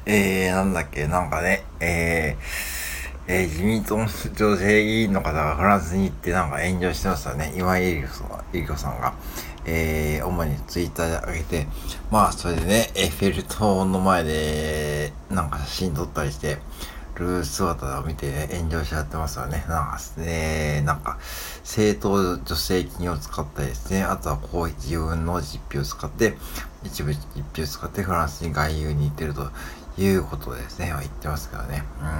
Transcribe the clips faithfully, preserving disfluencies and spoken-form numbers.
えー、なんだっけ、なんかね、えー、えー、自民党の女性議員の方がフランスに行ってなんか炎上してましたね。今井絵理子さん絵理子さんが、えー、主にツイッターで上げて、まあ、それでね、エッフェル塔の前で、なんか写真撮ったりして、る姿を見て、ね、炎上しちゃってますよね。なんかですね、なんか、政党助成金を使ったりですね、あとはこう自分の実費を使って、一部実費を使ってフランスに外遊に行ってるということですね、言ってますからね。うん。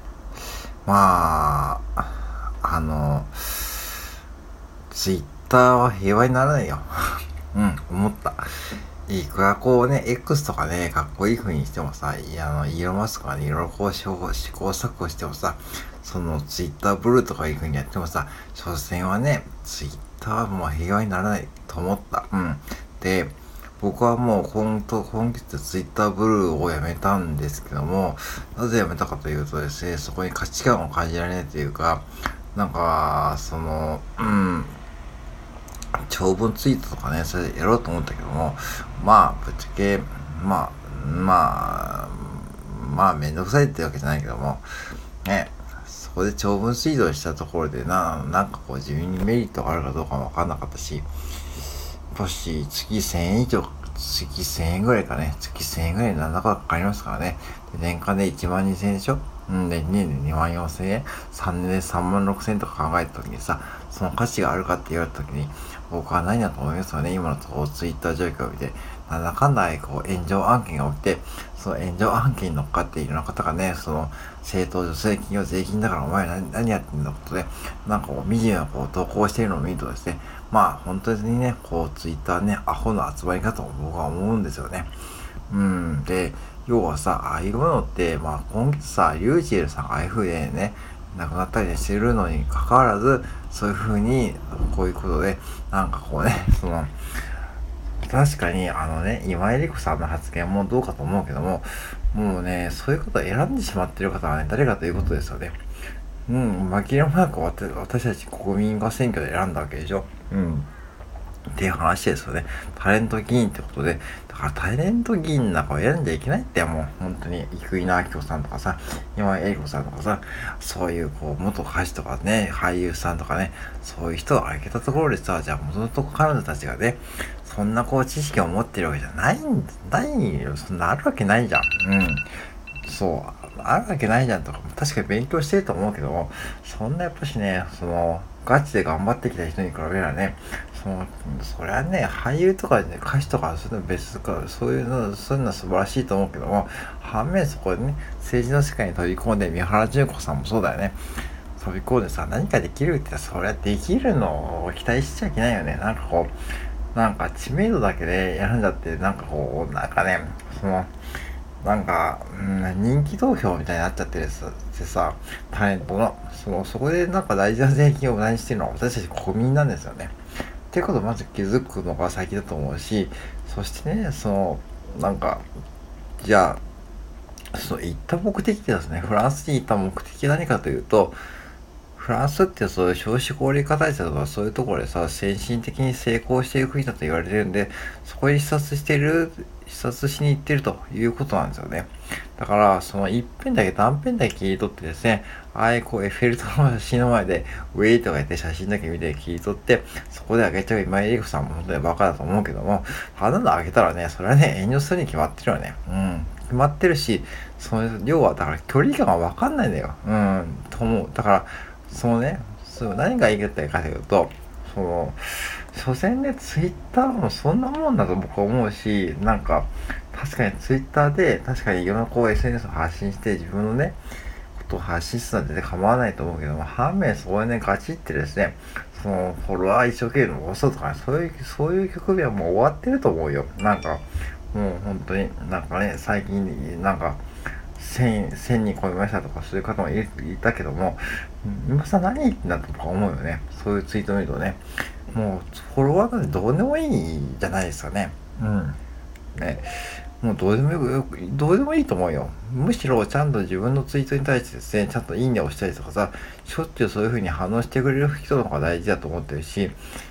まあ、あの、ツイッターは平和にならないよ。うん、思った。いくらこうね、X とかね、かっこいい風にしてもさ、いや、あの、イーロンマスクがね、いろいろこう試行錯誤してもさ、そのツイッターブルーとかいう風にやってもさ、所詮はね、ツイッターはもう平和にならないと思った。うん。で、僕はもう今と今月ツイッターブルーをやめたんですけども、なぜやめたかというとですね、そこに価値観を感じられないというか、なんか、その、うん、長文ツイートとかね、それやろうと思ったけども、まあ、ぶっちゃけ、まあ、まあ、まあ、めんどくさいってわけじゃないけども、ね、そこで長文ツイートをしたところでな、なんかこう自分にメリットがあるかどうかもわかんなかったし、もし月せんえん以上、月せんえんぐらいかね、月せんえんぐらいなんだかかかりますからね。で年間でいちまんにせんえんでしょ。うんで、にねんでにまんよんせんえん、さんねんでさんまんろくせんえんとか考えたときにさ、その価値があるかって言われたときに、僕は何だと思いますよね。今のこうツイッター状況を見て、なんだかんだこう炎上案件が起きて、その炎上案件に乗っかっていろんな方がね、その政党助成金を税金だからお前何何やってんだことで、なんかこう、惨めなこう投稿しているのを見るとですね、まあ本当にね、こうツイッターね、アホの集まりかと僕は思うんですよね。うん。で、要はさ、ああいうものって、まあ今月さ、リュウジエルさんがああいう風でね、亡くなったりしてるのに関わらず、そういう風に、こういうことで、なんかこうね、その、確かに、あのね、今井理子さんの発言もどうかと思うけども、もうね、そういうことを選んでしまっている方はね、誰かということですよね。うん、紛れもなく私たち国民が選挙で選んだわけでしょ。うん。っていう話ですよね。タレント議員ってことで、だからタレント議員なんかを選んじゃいけないってもう本当に生稲晃子さんとかさ、今井絵理子さんとかさ、そういうこう元歌手とかね、俳優さんとかね、そういう人を挙げたところでさ、じゃあ元々彼女たちがね、そんなこう知識を持ってるわけじゃないん、ないよ。そんなあるわけないじゃん。うん。そう、あるわけないじゃんとか、確かに勉強してると思うけども、そんなやっぱしね、その、ガチで頑張ってきた人に比べればね、その、それはね、俳優とかね、歌手とか、そういうの別か、そういうの、そういうのは素晴らしいと思うけども、反面そこでね、政治の世界に飛び込んで、三原純子さんもそうだよね。飛び込んでさ、何かできるって言ったら、それはできるのを期待しちゃいけないよね。なんかこう、なんか知名度だけで選んじゃって、なんかこう、なんかね、その、なんか、うん、人気投票みたいになっちゃってるってさ、タレントの、その、そこでなんか大事な税金を無駄にしてるのは私たち国民なんですよね。っていうことをまず気づくのが先だと思うし、そしてね、その、なんか、じゃあ、その行った目的ですね、フランスに行った目的は何かというと、フランスってそういう少子高齢化対策とかそういうところでさ、先進的に成功している国だと言われてるんで、そこに視察してる、視察しに行ってるということなんですよね。だから、その一辺だけ断片だけ切り取ってですね、ああいうこうエッフェル塔の写真の前で、ウェイとか言って写真だけ見て切り取って、そこであげちゃう今井絵理子さんも本当にバカだと思うけども、あんなのあげたらね、それはね、遠慮するに決まってるよね。うん。決まってるし、その要はだから距離感がわかんないんだよ。うん、と思う。だから、そのね、そう何が言いたいかというと、その、所詮ね、ツイッターもそんなもんだと僕は思うし、なんか、確かにツイッターで、確かにいろんなこう エスエヌエス を発信して、自分のね、ことを発信するのは全然構わないと思うけども、反面そこでね、ガチってですね、その、フォロワー一生懸命伸ばそうとかね、そういう、そういう局面はもう終わってると思うよ。なんか、もう本当に、なんかね、最近、なんか、千、千人超えましたとかそういう方もいたけども、今さ何言ってんだとか思うよね。そういうツイート見るとね。もう、フォロワーなんてどうでもいいじゃないですかね。うん。ね。もうどうでもよく、どうでもいいと思うよ。むしろちゃんと自分のツイートに対してですね、ちゃんといいねをしたりとかさ、しょっちゅうそういう風に反応してくれる人の方が大事だと思ってるし、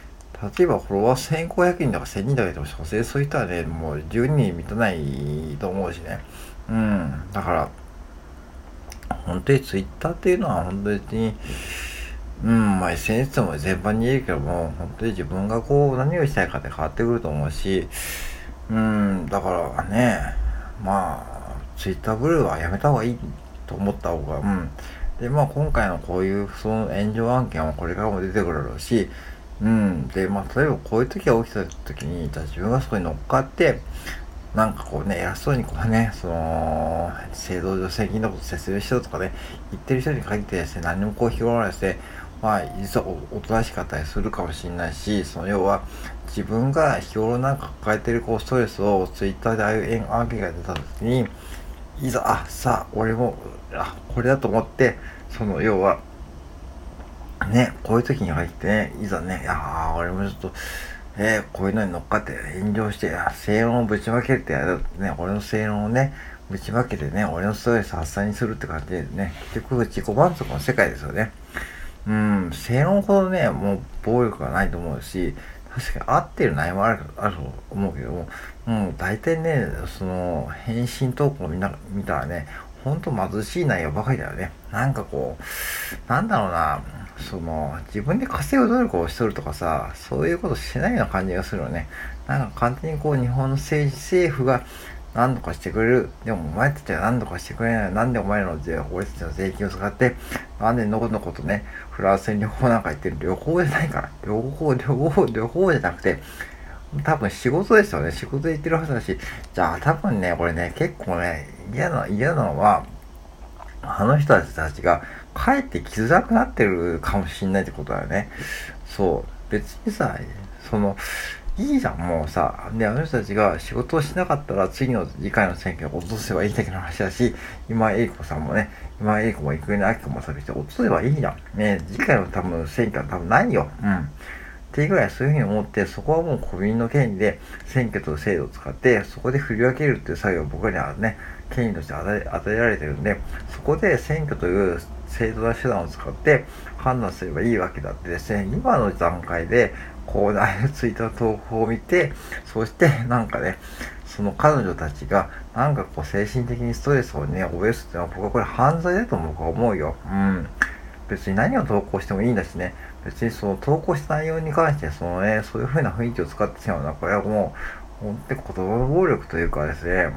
例えばフォロワーせんごひゃくにんとかせんにんだけでも、所詮そういう人はね、もうじゅうにん満たないと思うしね。うん。だから、本当にツイッターっていうのは本当に、うん、まあ エスエヌエス も全般に言えるけども、本当に自分がこう何をしたいかって変わってくると思うし、うん、だからね、まあ、ツイッターブルーはやめた方がいいと思った方が、うん。で、まあ今回のこういうその炎上案件はこれからも出てくるだろうし、うん。で、まあ例えばこういう時が起きた時に、じゃあ自分がそこに乗っかって、なんかこうね、偉そうにこうね、その、制度上責任のこと説明しろとかね、言ってる人に限ってですね、何もこう広がらせて、まあ、実はおおとなしかったりするかもしれないし、その要は、自分が日頃なんか抱えてるこうストレスをツイッターでああいう案件が出た時に、いざ、あ、さあ、俺も、あ、これだと思って、その要は、ね、こういう時に入ってね、いざね、いやー、俺もちょっと、えー、こういうのに乗っかって炎上して、あ正論をぶちまけるってやるね、俺の正論をね、ぶちまけてね、俺のストレス発散にするって感じでね、結局自己満足の世界ですよね。うん、正論ほどね、もう暴力がないと思うし、確かに合ってる内容もある、あると思うけども、もう大体ね、その、返信投稿を見な、見たらね、ほんと貧しい内容ばかりだよね。なんかこう、なんだろうな、その、自分で稼ぐ努力をしとるとかさ、そういうことしないような感じがするよね。なんか簡単にこう、日本の政治、政府が何とかしてくれる。でもお前たちは何とかしてくれない。なんでお前らの税、俺たちの税金を使って、なんでのこのことね、フランスに旅行なんか行ってる。旅行じゃないから。旅行、旅行、旅行じゃなくて、多分仕事ですよね。仕事で行ってるはずだし、じゃあ多分ね、これね、結構ね、嫌な、嫌なのは、あの人たちが帰ってきづらくなってるかもしんないってことだよね。そう。別にさ、その、いいじゃん、もうさ。で、あの人たちが仕事をしなかったら次の次回の選挙を落とせばいいだけの話だし、今井絵子さんもね、今井絵子も生稲晃子もそういう人落とせばいいじゃん。ね、次回の多分選挙は多分ないよ。うん。っていうぐらいそういうふうに思って、そこはもう国民の権利で選挙と制度を使って、そこで振り分けるっていう作業を僕らにはね、権利として与え与えられてるんで、そこで選挙という正当な手段を使って判断すればいいわけだってですね、今の段階で、こう、ああいうツイッターの投稿を見て、そしてなんかね、その彼女たちが、なんかこう精神的にストレスをね、覚えすっていうのは僕はこれ犯罪だと僕は思うよ。うん。別に何を投稿してもいいんだしね、別にその投稿した内容に関して、そのね、そういう風な雰囲気を使ってしまうのは、これはもう、本当に言葉の暴力というかですね、うん。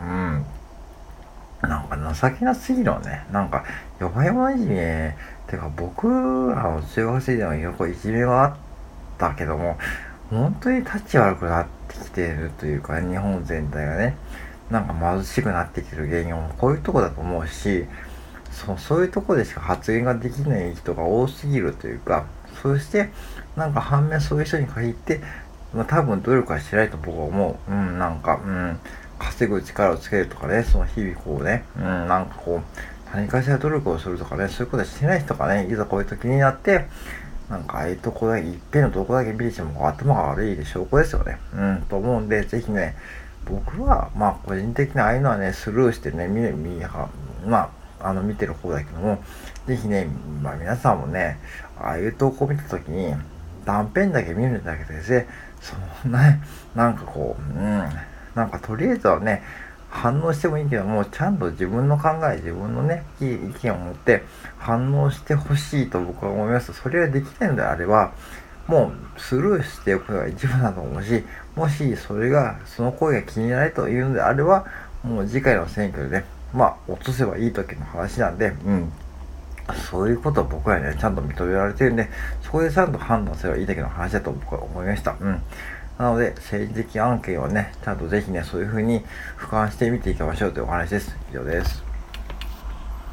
なんか情けなすぎるよね。なんか、弱々いじめ、てか僕らの中学生でもよくいじめはあったけども、本当に立ち悪くなってきてるというか、日本全体がね、なんか貧しくなってきてる原因はこういうとこだと思うし、そう、そういうとこでしか発言ができない人が多すぎるというか、そして、なんか反面そういう人に限って、まあ多分努力はしてないと僕は思う。うん、なんか、うん、稼ぐ力をつけるとかね、その日々こうね、うん、なんかこう、何かしら努力をするとかね、そういうことはしてない人がね、いざこういう時になって、なんかああいうとこだけ、いっぺんのとこだけ見てしまう頭が悪いで証拠ですよね。うん、と思うんで、ぜひね、僕は、まあ個人的にああいうのはね、スルーしてね、見、見、まあ、あの見てる方だけども、ぜひね、まあ皆さんもね、ああいう投稿を見たときに、断片だけ見るだけでですね、そのね、なんかこう、うん、なんかとりあえずはね、反応してもいいけども、ちゃんと自分の考え、自分のね、いい意見を持って反応してほしいと僕は思います。それができないのであれば、もうスルーしておくのが一番だと思うし、もしそれが、その声が気になるというのであれば、もう次回の選挙でね、まあ、落とせばいい時の話なんで、うん。そういうことは僕はね、ちゃんと認められてるんで、そこでちゃんと判断すればいいだけの話だと僕は思いました。うん。なので、政治的案件はね、ちゃんとぜひね、そういう風に俯瞰して見ていきましょうというお話です。以上です。